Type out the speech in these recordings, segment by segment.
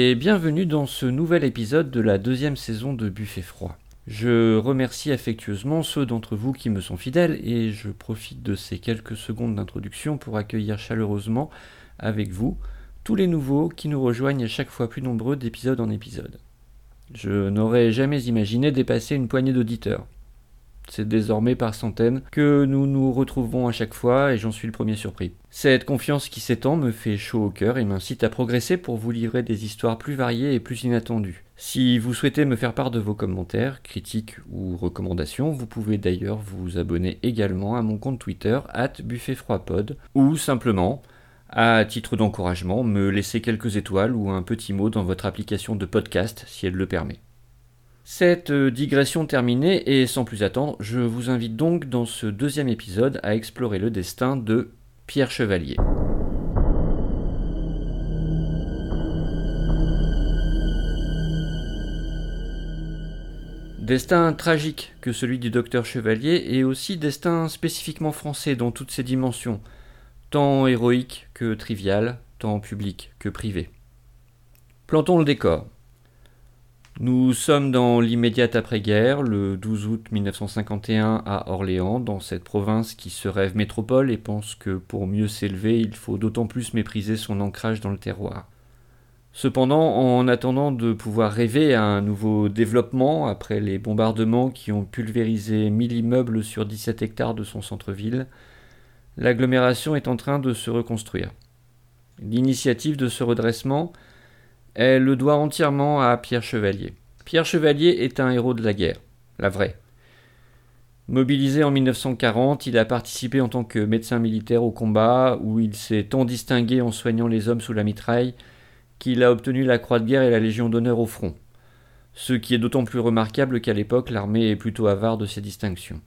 et bienvenue dans ce nouvel épisode de la deuxième saison de Buffet Froid. Je remercie affectueusement ceux d'entre vous qui me sont fidèles et je profite de ces quelques secondes d'introduction pour accueillir chaleureusement avec vous tous les nouveaux qui nous rejoignent à chaque fois plus nombreux d'épisode en épisode. Je n'aurais jamais imaginé dépasser une poignée d'auditeurs. C'est désormais par centaines que nous nous retrouvons à chaque fois et j'en suis le premier surpris. Cette confiance qui s'étend me fait chaud au cœur et m'incite à progresser pour vous livrer des histoires plus variées et plus inattendues. Si vous souhaitez me faire part de vos commentaires, critiques ou recommandations, vous pouvez d'ailleurs vous abonner également à mon compte Twitter @buffetfroidpod ou simplement, à titre d'encouragement, me laisser quelques étoiles ou un petit mot dans votre application de podcast si elle le permet. Cette digression terminée et sans plus attendre, je vous invite donc dans ce deuxième épisode à explorer le destin de Pierre Chevalier. Destin tragique que celui du docteur Chevalier et aussi destin spécifiquement français dans toutes ses dimensions, tant héroïque que trivial, tant public que privé. Plantons le décor. Nous sommes dans l'immédiate après-guerre, le 12 août 1951 à Orléans, dans cette province qui se rêve métropole et pense que pour mieux s'élever, il faut d'autant plus mépriser son ancrage dans le terroir. Cependant, en attendant de pouvoir rêver à un nouveau développement après les bombardements qui ont pulvérisé 1000 immeubles sur 17 hectares de son centre-ville, l'agglomération est en train de se reconstruire. L'initiative de ce redressement, elle le doit entièrement à Pierre Chevalier. Pierre Chevalier est un héros de la guerre, la vraie. Mobilisé en 1940, il a participé en tant que médecin militaire au combat, où il s'est tant distingué en soignant les hommes sous la mitraille, qu'il a obtenu la Croix de guerre et la Légion d'honneur au front. Ce qui est d'autant plus remarquable qu'à l'époque, l'armée est plutôt avare de ces distinctions.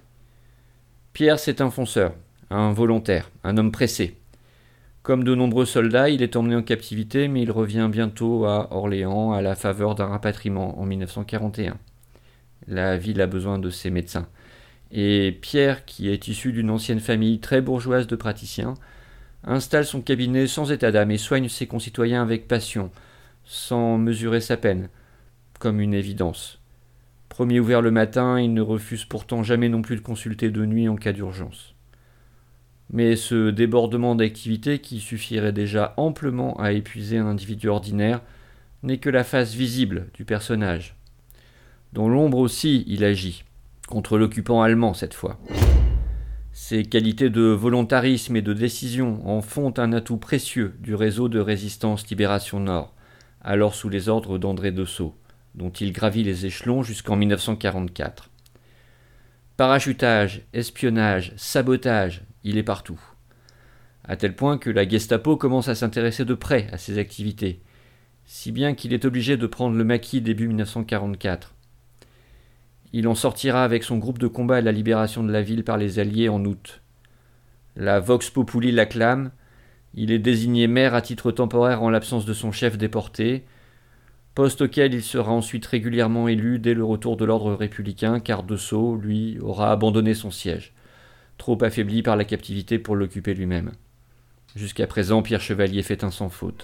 Pierre, c'est un fonceur, un volontaire, un homme pressé. Comme de nombreux soldats, il est emmené en captivité, mais il revient bientôt à Orléans à la faveur d'un rapatriement en 1941. La ville a besoin de ses médecins. Et Pierre, qui est issu d'une ancienne famille très bourgeoise de praticiens, installe son cabinet sans état d'âme et soigne ses concitoyens avec passion, sans mesurer sa peine, comme une évidence. Premier ouvert le matin, il ne refuse pourtant jamais non plus de consulter de nuit en cas d'urgence. Mais ce débordement d'activité qui suffirait déjà amplement à épuiser un individu ordinaire n'est que la face visible du personnage. Dans l'ombre aussi, il agit, contre l'occupant allemand cette fois. Ses qualités de volontarisme et de décision en font un atout précieux du réseau de résistance Libération Nord, alors sous les ordres d'André Dessau, dont il gravit les échelons jusqu'en 1944. Parachutage, espionnage, sabotage, il est partout. À tel point que la Gestapo commence à s'intéresser de près à ses activités, si bien qu'il est obligé de prendre le maquis début 1944. Il en sortira avec son groupe de combat à la libération de la ville par les Alliés en août. La Vox Populi l'acclame, il est désigné maire à titre temporaire en l'absence de son chef déporté, poste auquel il sera ensuite régulièrement élu dès le retour de l'ordre républicain, car Dessau, lui, aura abandonné son siège, trop affaibli par la captivité pour l'occuper lui-même. Jusqu'à présent, Pierre Chevalier fait un sans faute.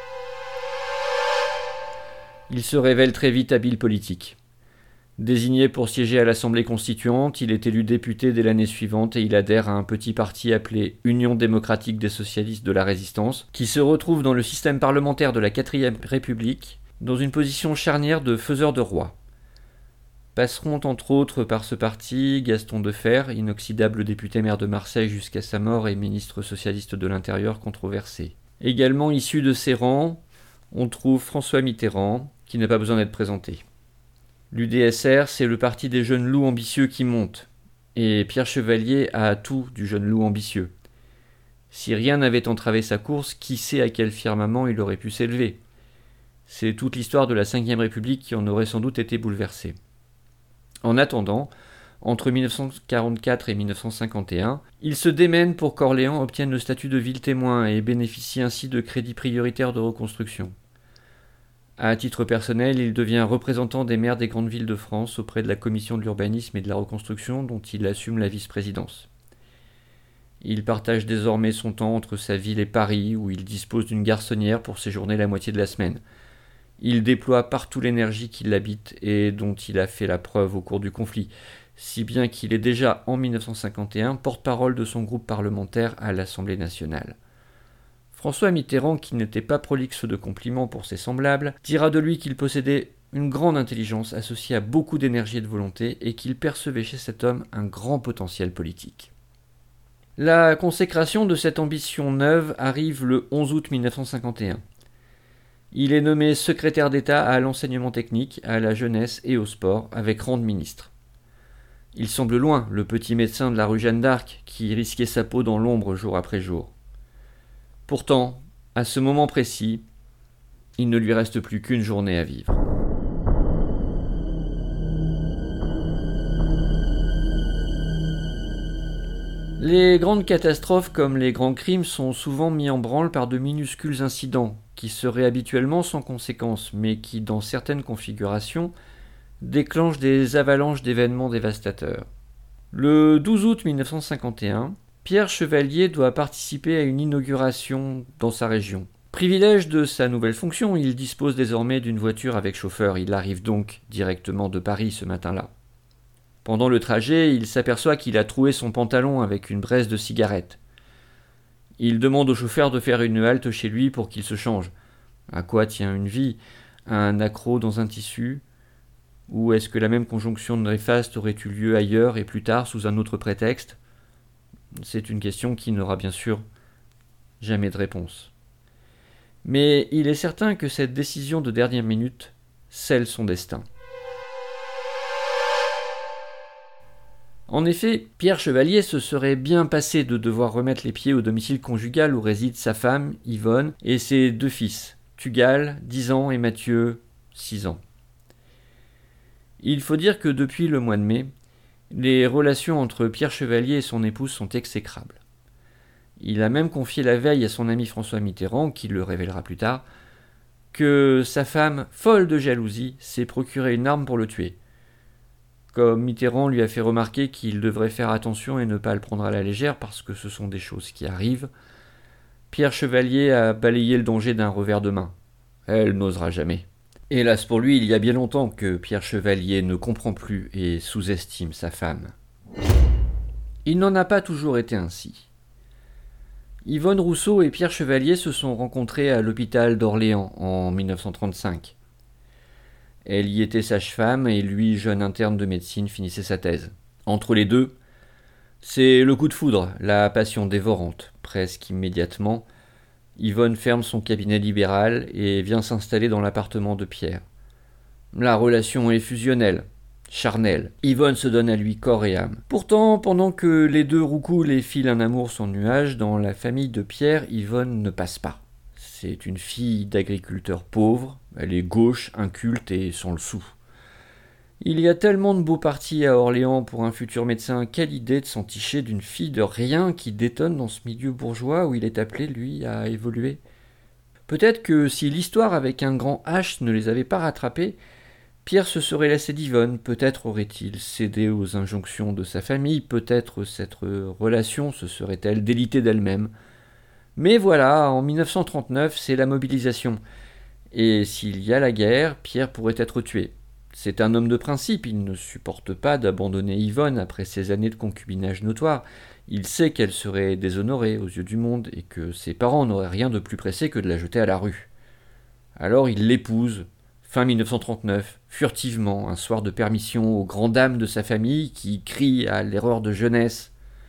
Il se révèle très vite habile politique. Désigné pour siéger à l'Assemblée constituante, il est élu député dès l'année suivante et il adhère à un petit parti appelé Union démocratique des socialistes de la résistance, qui se retrouve dans le système parlementaire de la 4ème République, dans une position charnière de faiseur de roi. Passeront entre autres par ce parti Gaston Defferre, inoxydable député maire de Marseille jusqu'à sa mort et ministre socialiste de l'Intérieur controversé. Également issu de ses rangs, on trouve François Mitterrand, qui n'a pas besoin d'être présenté. L'UDSR, c'est le parti des jeunes loups ambitieux qui montent, et Pierre Chevalier a tout du jeune loup ambitieux. Si rien n'avait entravé sa course, qui sait à quel firmament il aurait pu s'élever ? C'est toute l'histoire de la 5ème République qui en aurait sans doute été bouleversée. En attendant, entre 1944 et 1951, il se démène pour qu'Orléans obtienne le statut de ville témoin et bénéficie ainsi de crédits prioritaires de reconstruction. À titre personnel, il devient représentant des maires des grandes villes de France auprès de la Commission de l'urbanisme et de la reconstruction dont il assume la vice-présidence. Il partage désormais son temps entre sa ville et Paris, où il dispose d'une garçonnière pour séjourner la moitié de la semaine, Il déploie partout l'énergie qui l'habite et dont il a fait la preuve au cours du conflit, si bien qu'il est déjà en 1951 porte-parole de son groupe parlementaire à l'Assemblée nationale. François Mitterrand, qui n'était pas prolixe de compliments pour ses semblables, dira de lui qu'il possédait une grande intelligence associée à beaucoup d'énergie et de volonté et qu'il percevait chez cet homme un grand potentiel politique. La consécration de cette ambition neuve arrive le 11 août 1951. Il est nommé secrétaire d'État à l'enseignement technique, à la jeunesse et au sport, avec rang de ministre. Il semble loin, le petit médecin de la rue Jeanne d'Arc, qui risquait sa peau dans l'ombre jour après jour. Pourtant, à ce moment précis, il ne lui reste plus qu'une journée à vivre. Les grandes catastrophes comme les grands crimes sont souvent mis en branle par de minuscules incidents qui seraient habituellement sans conséquences, mais qui, dans certaines configurations, déclenchent des avalanches d'événements dévastateurs. Le 12 août 1951, Pierre Chevalier doit participer à une inauguration dans sa région. Privilège de sa nouvelle fonction, il dispose désormais d'une voiture avec chauffeur. Il arrive donc directement de Paris ce matin-là. Pendant le trajet, il s'aperçoit qu'il a troué son pantalon avec une braise de cigarette. Il demande au chauffeur de faire une halte chez lui pour qu'il se change. À quoi tient une vie? Un accroc dans un tissu? Ou est-ce que la même conjonction néfaste aurait eu lieu ailleurs et plus tard sous un autre prétexte? C'est une question qui n'aura bien sûr jamais de réponse. Mais il est certain que cette décision de dernière minute scelle son destin. En effet, Pierre Chevalier se serait bien passé de devoir remettre les pieds au domicile conjugal où résident sa femme, Yvonne, et ses deux fils, Tugal, 10 ans, et Mathieu, 6 ans. Il faut dire que depuis le mois de mai, les relations entre Pierre Chevalier et son épouse sont exécrables. Il a même confié la veille à son ami François Mitterrand, qui le révélera plus tard, que sa femme, folle de jalousie, s'est procuré une arme pour le tuer. Comme Mitterrand lui a fait remarquer qu'il devrait faire attention et ne pas le prendre à la légère parce que ce sont des choses qui arrivent, Pierre Chevalier a balayé le danger d'un revers de main. Elle n'osera jamais. Hélas pour lui, il y a bien longtemps que Pierre Chevalier ne comprend plus et sous-estime sa femme. Il n'en a pas toujours été ainsi. Yvonne Rousseau et Pierre Chevalier se sont rencontrés à l'hôpital d'Orléans en 1935. Elle y était sage-femme et lui, jeune interne de médecine, finissait sa thèse. Entre les deux, c'est le coup de foudre, la passion dévorante. Presque immédiatement, Yvonne ferme son cabinet libéral et vient s'installer dans l'appartement de Pierre. La relation est fusionnelle, charnelle. Yvonne se donne à lui corps et âme. Pourtant, pendant que les deux roucoulent et filent un amour sans nuage, dans la famille de Pierre, Yvonne ne passe pas. C'est une fille d'agriculteur pauvre, elle est gauche, inculte et sans le sou. Il y a tellement de beaux partis à Orléans pour un futur médecin, quelle idée de s'enticher d'une fille de rien qui détonne dans ce milieu bourgeois où il est appelé, lui, à évoluer. Peut-être que si l'histoire avec un grand H ne les avait pas rattrapés, Pierre se serait lassé d'Yvonne, peut-être aurait-il cédé aux injonctions de sa famille, peut-être cette relation se serait-elle délitée d'elle-même. Mais voilà, en 1939, c'est la mobilisation. Et s'il y a la guerre, Pierre pourrait être tué. C'est un homme de principe, il ne supporte pas d'abandonner Yvonne après ces années de concubinage notoire. Il sait qu'elle serait déshonorée aux yeux du monde et que ses parents n'auraient rien de plus pressé que de la jeter à la rue. Alors il l'épouse, fin 1939, furtivement, un soir de permission aux grandes dames de sa famille qui crient à l'erreur de jeunesse.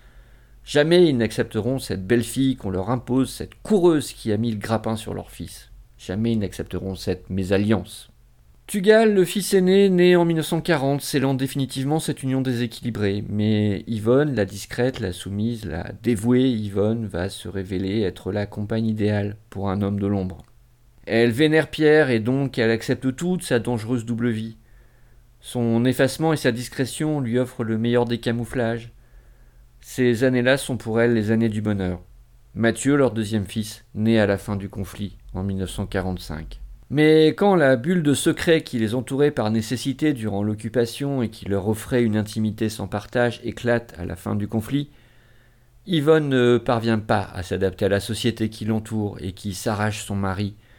Jamais ils n'accepteront cette belle fille qu'on leur impose, cette coureuse qui a mis le grappin sur leur fils. Jamais ils n'accepteront cette mésalliance. Tugal, le fils aîné, né en 1940, scellant définitivement cette union déséquilibrée. Mais Yvonne, la discrète, la soumise, la dévouée Yvonne, va se révéler être la compagne idéale pour un homme de l'ombre. Elle vénère Pierre et donc elle accepte toute sa dangereuse double vie. Son effacement et sa discrétion lui offrent le meilleur des camouflages. Ces années-là sont pour elle les années du bonheur. Mathieu, leur deuxième fils, né à la fin du conflit, en 1945. Mais quand la bulle de secret qui les entourait par nécessité durant l'occupation et qui leur offrait une intimité sans partage éclate à la fin du conflit, Yvonne ne parvient pas à s'adapter à la société qui l'entoure et qui s'arrache son mari,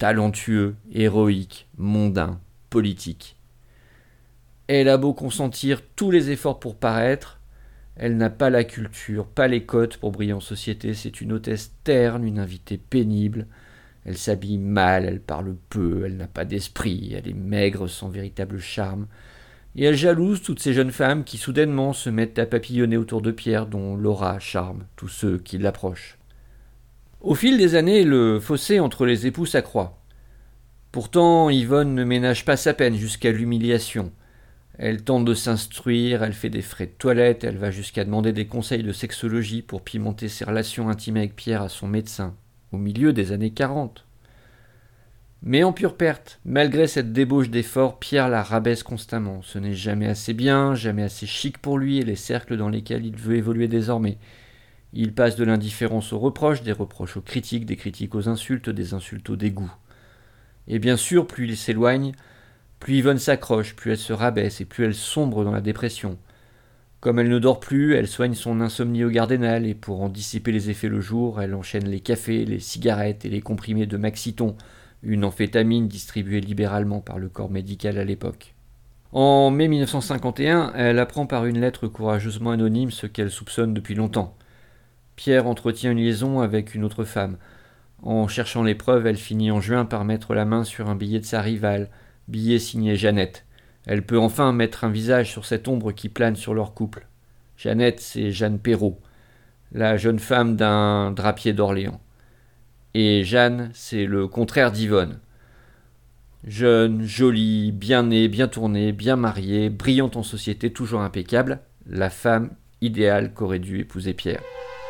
talentueux, héroïque, mondain, politique. Elle a beau consentir tous les efforts pour paraître, elle n'a pas la culture, pas les cotes pour briller en société, c'est une hôtesse terne, une invitée pénible. Elle s'habille mal, elle parle peu, elle n'a pas d'esprit, elle est maigre sans véritable charme. Et elle jalouse toutes ces jeunes femmes qui soudainement se mettent à papillonner autour de Pierre, dont l'aura charme tous ceux qui l'approchent. Au fil des années, le fossé entre les époux s'accroît. Pourtant, Yvonne ne ménage pas sa peine jusqu'à l'humiliation. Elle tente de s'instruire, elle fait des frais de toilette, elle va jusqu'à demander des conseils de sexologie pour pimenter ses relations intimes avec Pierre à son médecin, au milieu des années 40. Mais en pure perte, malgré cette débauche d'efforts, Pierre la rabaisse constamment. Ce n'est jamais assez bien, jamais assez chic pour lui et les cercles dans lesquels il veut évoluer désormais. Il passe de l'indifférence aux reproches, des reproches aux critiques, des critiques aux insultes, des insultes au dégoût. Et bien sûr, plus il s'éloigne, plus Yvonne s'accroche, plus elle se rabaisse et plus elle sombre dans la dépression. Comme elle ne dort plus, elle soigne son insomnie au Gardénal et pour en dissiper les effets le jour, elle enchaîne les cafés, les cigarettes et les comprimés de Maxiton, une amphétamine distribuée libéralement par le corps médical à l'époque. En mai 1951, elle apprend par une lettre courageusement anonyme ce qu'elle soupçonne depuis longtemps. Pierre entretient une liaison avec une autre femme. En cherchant les preuves, elle finit en juin par mettre la main sur un billet de sa rivale, billet signé Jeannette. Elle peut enfin mettre un visage sur cette ombre qui plane sur leur couple. Jeannette, c'est Jeanne Perrault, la jeune femme d'un drapier d'Orléans. Et Jeanne, c'est le contraire d'Yvonne. Jeune, jolie, bien née, bien tournée, bien mariée, brillante en société, toujours impeccable, la femme idéale qu'aurait dû épouser Pierre.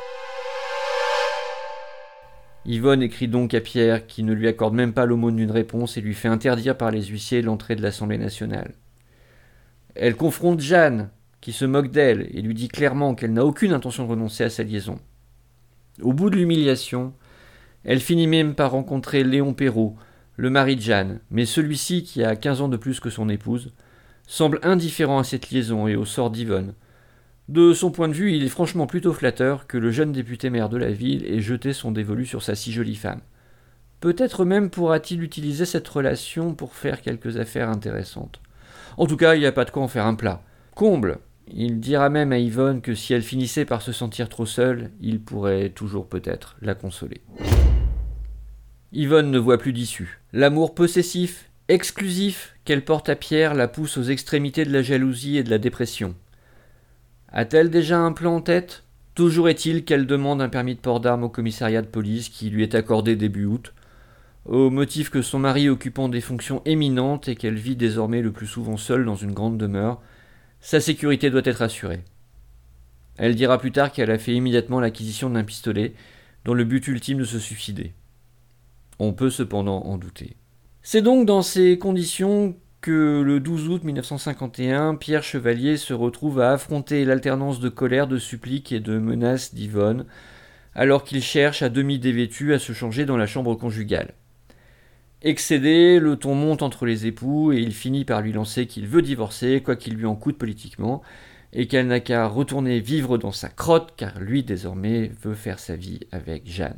Yvonne écrit donc à Pierre, qui ne lui accorde même pas l'aumône d'une réponse et lui fait interdire par les huissiers l'entrée de l'Assemblée nationale. Elle confronte Jeanne, qui se moque d'elle, et lui dit clairement qu'elle n'a aucune intention de renoncer à sa liaison. Au bout de l'humiliation, elle finit même par rencontrer Léon Perrault, le mari de Jeanne, mais celui-ci, qui a 15 ans de plus que son épouse, semble indifférent à cette liaison et au sort d'Yvonne. De son point de vue, il est franchement plutôt flatteur que le jeune député-maire de la ville ait jeté son dévolu sur sa si jolie femme. Peut-être même pourra-t-il utiliser cette relation pour faire quelques affaires intéressantes. En tout cas, il n'y a pas de quoi en faire un plat. Comble! Il dira même à Yvonne que si elle finissait par se sentir trop seule, il pourrait toujours peut-être la consoler. Yvonne ne voit plus d'issue. L'amour possessif, exclusif qu'elle porte à Pierre la pousse aux extrémités de la jalousie et de la dépression. A-t-elle déjà un plan en tête ? Toujours est-il qu'elle demande un permis de port d'armes au commissariat de police qui lui est accordé début août, au motif que son mari occupant des fonctions éminentes et qu'elle vit désormais le plus souvent seule dans une grande demeure, sa sécurité doit être assurée. Elle dira plus tard qu'elle a fait immédiatement l'acquisition d'un pistolet, dont le but ultime de se suicider. On peut cependant en douter. C'est donc dans ces conditions que le 12 août 1951, Pierre Chevalier se retrouve à affronter l'alternance de colère, de suppliques et de menaces d'Yvonne, alors qu'il cherche à demi dévêtu à se changer dans la chambre conjugale. Excédé, le ton monte entre les époux et il finit par lui lancer qu'il veut divorcer, quoi qu'il lui en coûte politiquement, et qu'elle n'a qu'à retourner vivre dans sa crotte, car lui désormais veut faire sa vie avec Jeanne.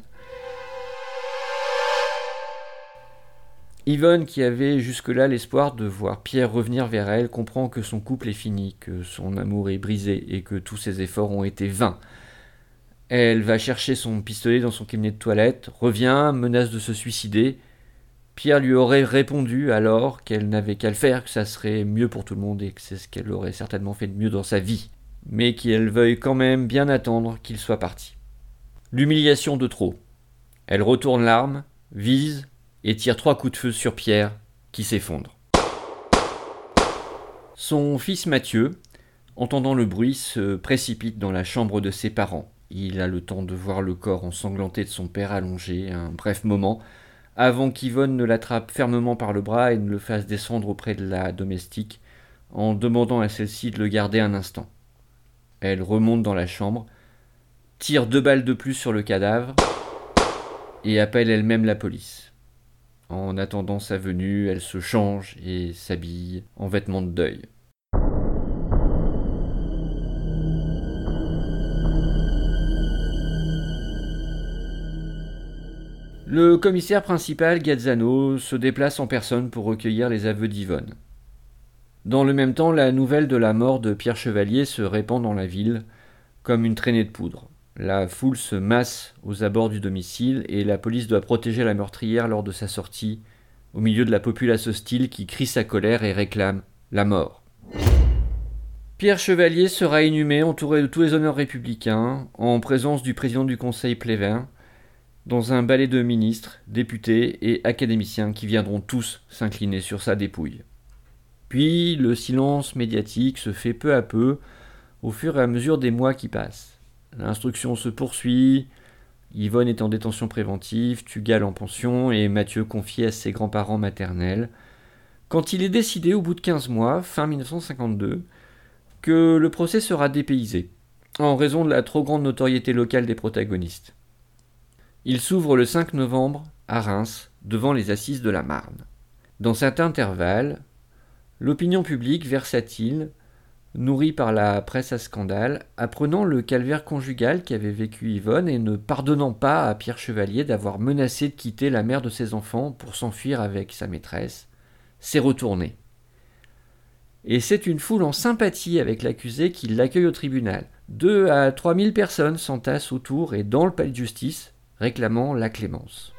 Yvonne, qui avait jusque-là l'espoir de voir Pierre revenir vers elle, comprend que son couple est fini, que son amour est brisé et que tous ses efforts ont été vains. Elle va chercher son pistolet dans son cabinet de toilette, revient, menace de se suicider. Pierre lui aurait répondu alors qu'elle n'avait qu'à le faire, que ça serait mieux pour tout le monde et que c'est ce qu'elle aurait certainement fait de mieux dans sa vie, mais qu'elle veuille quand même bien attendre qu'il soit parti. L'humiliation de trop. Elle retourne l'arme, vise et tire 3 coups de feu sur Pierre, qui s'effondre. Son fils Mathieu, entendant le bruit, se précipite dans la chambre de ses parents. Il a le temps de voir le corps ensanglanté de son père allongé un bref moment, avant qu'Yvonne ne l'attrape fermement par le bras et ne le fasse descendre auprès de la domestique, en demandant à celle-ci de le garder un instant. Elle remonte dans la chambre, tire 2 balles de plus sur le cadavre, et appelle elle-même la police. En attendant sa venue, elle se change et s'habille en vêtements de deuil. Le commissaire principal, Gazzano, se déplace en personne pour recueillir les aveux d'Yvonne. Dans le même temps, la nouvelle de la mort de Pierre Chevalier se répand dans la ville comme une traînée de poudre. La foule se masse aux abords du domicile et la police doit protéger la meurtrière lors de sa sortie, au milieu de la populace hostile qui crie sa colère et réclame la mort. Pierre Chevalier sera inhumé entouré de tous les honneurs républicains, en présence du président du conseil Plévin, dans un ballet de ministres, députés et académiciens qui viendront tous s'incliner sur sa dépouille. Puis le silence médiatique se fait peu à peu au fur et à mesure des mois qui passent. L'instruction se poursuit, Yvonne est en détention préventive, Tugal en pension et Mathieu confié à ses grands-parents maternels, quand il est décidé au bout de 15 mois, fin 1952, que le procès sera dépaysé, en raison de la trop grande notoriété locale des protagonistes. Il s'ouvre le 5 novembre à Reims, devant les assises de la Marne. Dans cet intervalle, l'opinion publique versatile, nourrie par la presse à scandale, apprenant le calvaire conjugal qu'avait vécu Yvonne et ne pardonnant pas à Pierre Chevalier d'avoir menacé de quitter la mère de ses enfants pour s'enfuir avec sa maîtresse, s'est retournée. Et c'est une foule en sympathie avec l'accusé qui l'accueille au tribunal. 2 à 3 000 personnes s'entassent autour et dans le palais de justice, réclamant la clémence.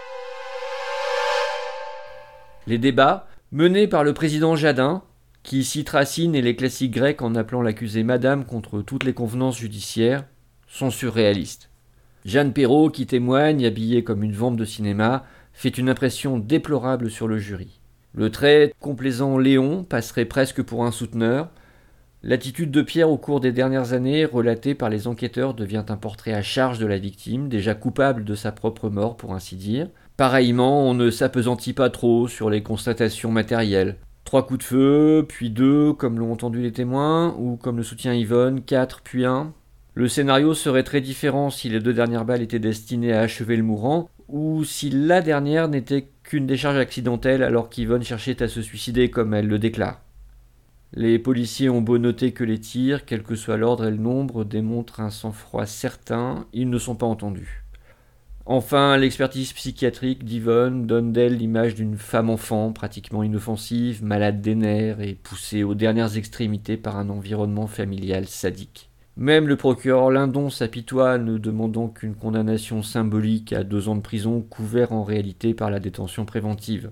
Les débats, menés par le président Jadin, qui cite Racine et les classiques grecs en appelant l'accusé madame contre toutes les convenances judiciaires, sont surréalistes. Jeanne Perrault, qui témoigne, habillée comme une vampe de cinéma, fait une impression déplorable sur le jury. Le très complaisant Léon passerait presque pour un souteneur. L'attitude de Pierre au cours des dernières années, relatée par les enquêteurs, devient un portrait à charge de la victime, déjà coupable de sa propre mort pour ainsi dire. Pareillement, on ne s'appesantit pas trop sur les constatations matérielles. 3 coups de feu, puis 2, comme l'ont entendu les témoins, ou comme le soutient Yvonne, 4, puis 1. Le scénario serait très différent si les 2 dernières balles étaient destinées à achever le mourant, ou si la dernière n'était qu'une décharge accidentelle alors qu'Yvonne cherchait à se suicider comme elle le déclare. Les policiers ont beau noter que les tirs, quel que soit l'ordre et le nombre, démontrent un sang-froid certain, ils ne sont pas entendus. Enfin, l'expertise psychiatrique d'Yvonne donne d'elle l'image d'une femme-enfant pratiquement inoffensive, malade des nerfs et poussée aux dernières extrémités par un environnement familial sadique. Même le procureur Lindon s'apitoie, ne demandant qu'une condamnation symbolique à 2 ans de prison, couvert en réalité par la détention préventive.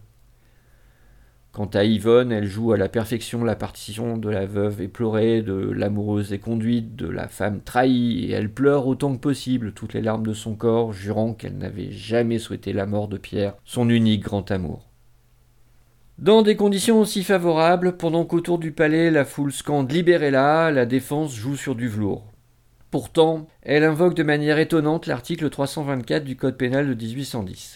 Quant à Yvonne, elle joue à la perfection la partition de la veuve éplorée, de l'amoureuse éconduite, de la femme trahie, et elle pleure autant que possible toutes les larmes de son corps, jurant qu'elle n'avait jamais souhaité la mort de Pierre, son unique grand amour. Dans des conditions aussi favorables, pendant qu'autour du palais la foule scande « Libérez-la », la défense joue sur du velours. Pourtant, elle invoque de manière étonnante l'article 324 du Code pénal de 1810.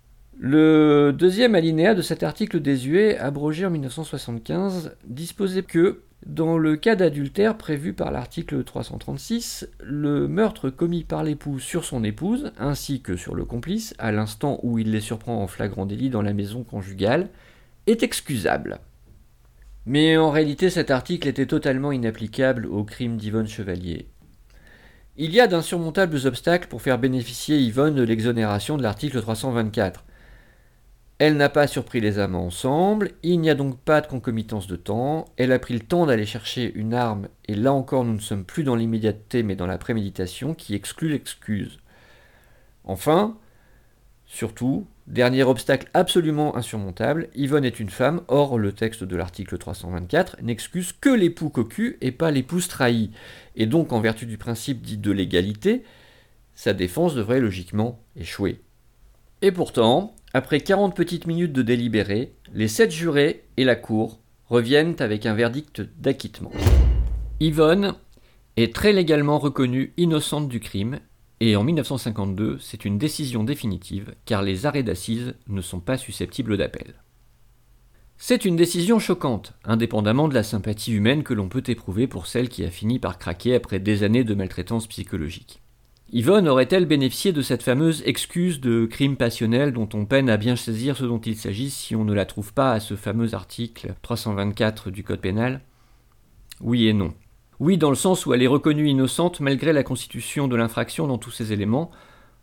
Le 2e alinéa de cet article désuet, abrogé en 1975, disposait que, dans le cas d'adultère prévu par l'article 336, le meurtre commis par l'époux sur son épouse, ainsi que sur le complice, à l'instant où il les surprend en flagrant délit dans la maison conjugale, est excusable. Mais en réalité, cet article était totalement inapplicable au crime d'Yvonne Chevalier. Il y a d'insurmontables obstacles pour faire bénéficier Yvonne de l'exonération de l'article 324. Elle n'a pas surpris les amants ensemble, il n'y a donc pas de concomitance de temps, elle a pris le temps d'aller chercher une arme, et là encore nous ne sommes plus dans l'immédiateté mais dans la préméditation qui exclut l'excuse. Enfin, surtout, dernier obstacle absolument insurmontable, Yvonne est une femme, or le texte de l'article 324 n'excuse que l'époux cocu et pas l'épouse trahie, et donc en vertu du principe dit de l'égalité, sa défense devrait logiquement échouer. Et pourtant, après 40 petites minutes de délibéré, les 7 jurés et la cour reviennent avec un verdict d'acquittement. Yvonne est très légalement reconnue innocente du crime, et en 1952, c'est une décision définitive, car les arrêts d'assises ne sont pas susceptibles d'appel. C'est une décision choquante, indépendamment de la sympathie humaine que l'on peut éprouver pour celle qui a fini par craquer après des années de maltraitance psychologique. Yvonne aurait-elle bénéficié de cette fameuse excuse de crime passionnel dont on peine à bien saisir ce dont il s'agit si on ne la trouve pas à ce fameux article 324 du Code pénal ? Oui et non. Oui, dans le sens où elle est reconnue innocente malgré la constitution de l'infraction dans tous ses éléments,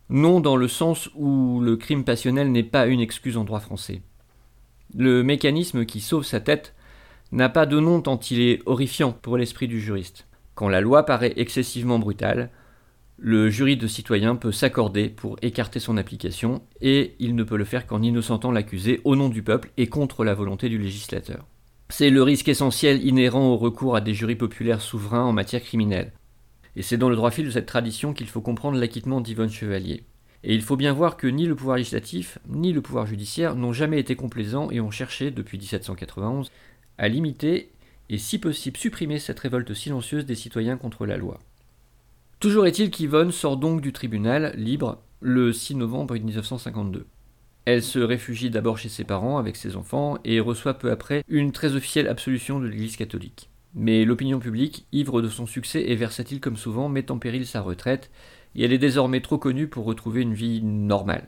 Non dans le sens où le crime passionnel n'est pas une excuse en droit français. Le mécanisme qui sauve sa tête n'a pas de nom tant il est horrifiant pour l'esprit du juriste. Quand la loi paraît excessivement brutale, le jury de citoyens peut s'accorder pour écarter son application, et il ne peut le faire qu'en innocentant l'accusé au nom du peuple et contre la volonté du législateur. C'est le risque essentiel inhérent au recours à des jurys populaires souverains en matière criminelle. Et c'est dans le droit fil de cette tradition qu'il faut comprendre l'acquittement d'Yvonne Chevalier. Et il faut bien voir que ni le pouvoir législatif, ni le pouvoir judiciaire n'ont jamais été complaisants et ont cherché, depuis 1791, à limiter et si possible supprimer cette révolte silencieuse des citoyens contre la loi. Toujours est-il qu'Yvonne sort donc du tribunal, libre, le 6 novembre 1952. Elle se réfugie d'abord chez ses parents avec ses enfants et reçoit peu après une très officielle absolution de l'Église catholique. Mais l'opinion publique, ivre de son succès et versatile comme souvent, met en péril sa retraite et elle est désormais trop connue pour retrouver une vie normale.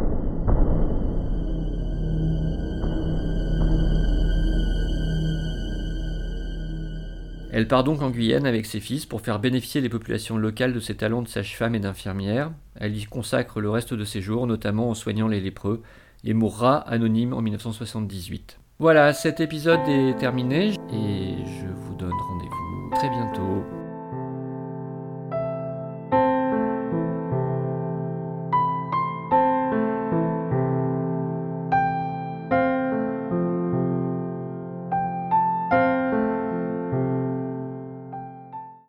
Elle part donc en Guyane avec ses fils pour faire bénéficier les populations locales de ses talents de sage-femme et d'infirmière. Elle y consacre le reste de ses jours, notamment en soignant les lépreux, et mourra anonyme en 1978. Voilà, cet épisode est terminé et je vous donne rendez-vous très bientôt.